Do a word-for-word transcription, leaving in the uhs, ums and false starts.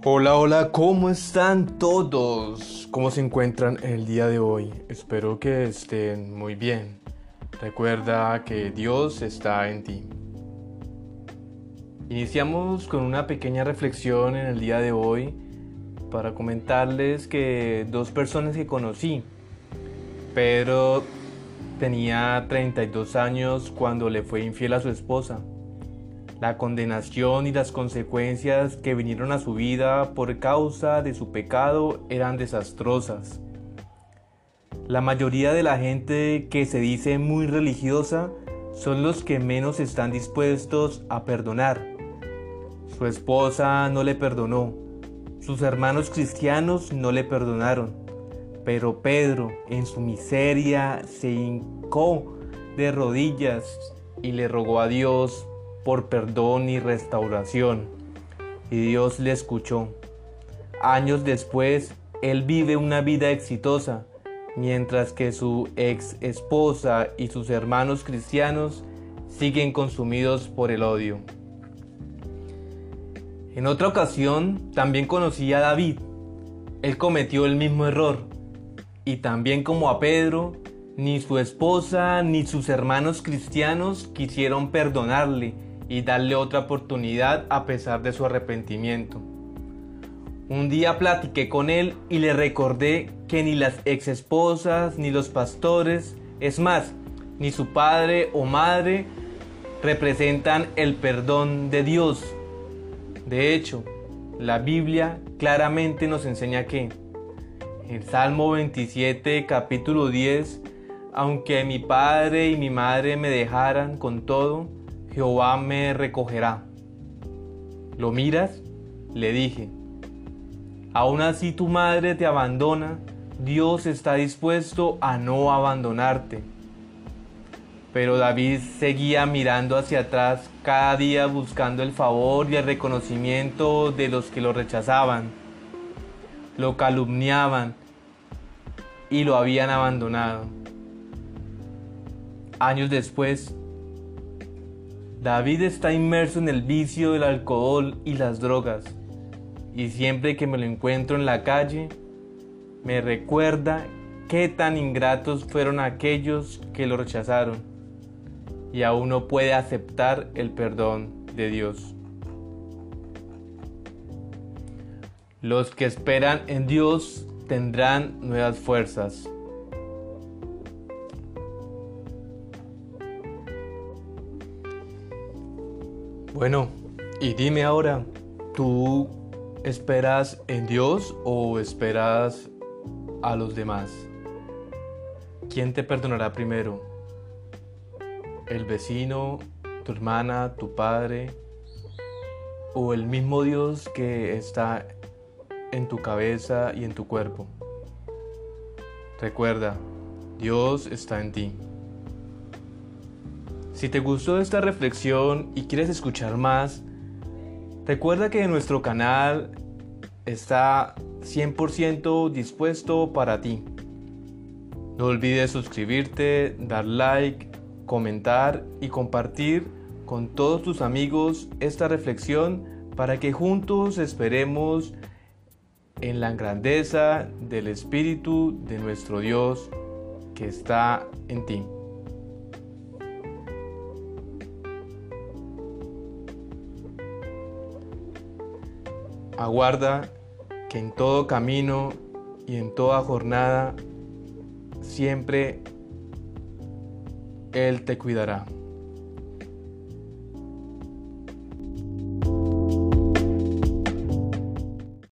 Hola, hola, ¿cómo están todos? ¿Cómo se encuentran el día de hoy? Espero que estén muy bien. Recuerda que Dios está en ti. Iniciamos con una pequeña reflexión en el día de hoy para comentarles que dos personas que conocí. Pedro tenía treinta y dos años cuando le fue infiel a su esposa. La condenación y las consecuencias que vinieron a su vida por causa de su pecado eran desastrosas. La mayoría de la gente que se dice muy religiosa son los que menos están dispuestos a perdonar. Su esposa no le perdonó, sus hermanos cristianos no le perdonaron, pero Pedro en su miseria se hincó de rodillas y le rogó a Dios por perdón y restauración, y Dios le escuchó. Años después, él vive una vida exitosa, mientras que su ex esposa y sus hermanos cristianos siguen consumidos por el odio. En otra ocasión, también conocí a David. Él cometió el mismo error, y también como a Pedro, ni su esposa ni sus hermanos cristianos quisieron perdonarle y darle otra oportunidad a pesar de su arrepentimiento. Un día platiqué con él y le recordé que ni las exesposas ni los pastores, es más, ni su padre o madre representan el perdón de Dios. De hecho, la Biblia claramente nos enseña que en Salmo veintisiete, capítulo diez, aunque mi padre y mi madre me dejaran con todo, Jehová me recogerá. ¿Lo miras? Le dije. Aún así tu madre te abandona, Dios está dispuesto a no abandonarte. Pero David seguía mirando hacia atrás, cada día buscando el favor y el reconocimiento de los que lo rechazaban, lo calumniaban y lo habían abandonado. Años después, David está inmerso en el vicio del alcohol y las drogas, y siempre que me lo encuentro en la calle, me recuerda qué tan ingratos fueron aquellos que lo rechazaron, y aún no puede aceptar el perdón de Dios. Los que esperan en Dios tendrán nuevas fuerzas. Bueno, y dime ahora, ¿tú esperas en Dios o esperas a los demás? ¿Quién te perdonará primero? ¿El vecino, tu hermana, tu padre o el mismo Dios que está en tu cabeza y en tu cuerpo? Recuerda, Dios está en ti. Si te gustó esta reflexión y quieres escuchar más, recuerda que nuestro canal está cien por ciento dispuesto para ti. No olvides suscribirte, dar like, comentar y compartir con todos tus amigos esta reflexión para que juntos esperemos en la grandeza del Espíritu de nuestro Dios que está en ti. Aguarda que en todo camino y en toda jornada siempre Él te cuidará.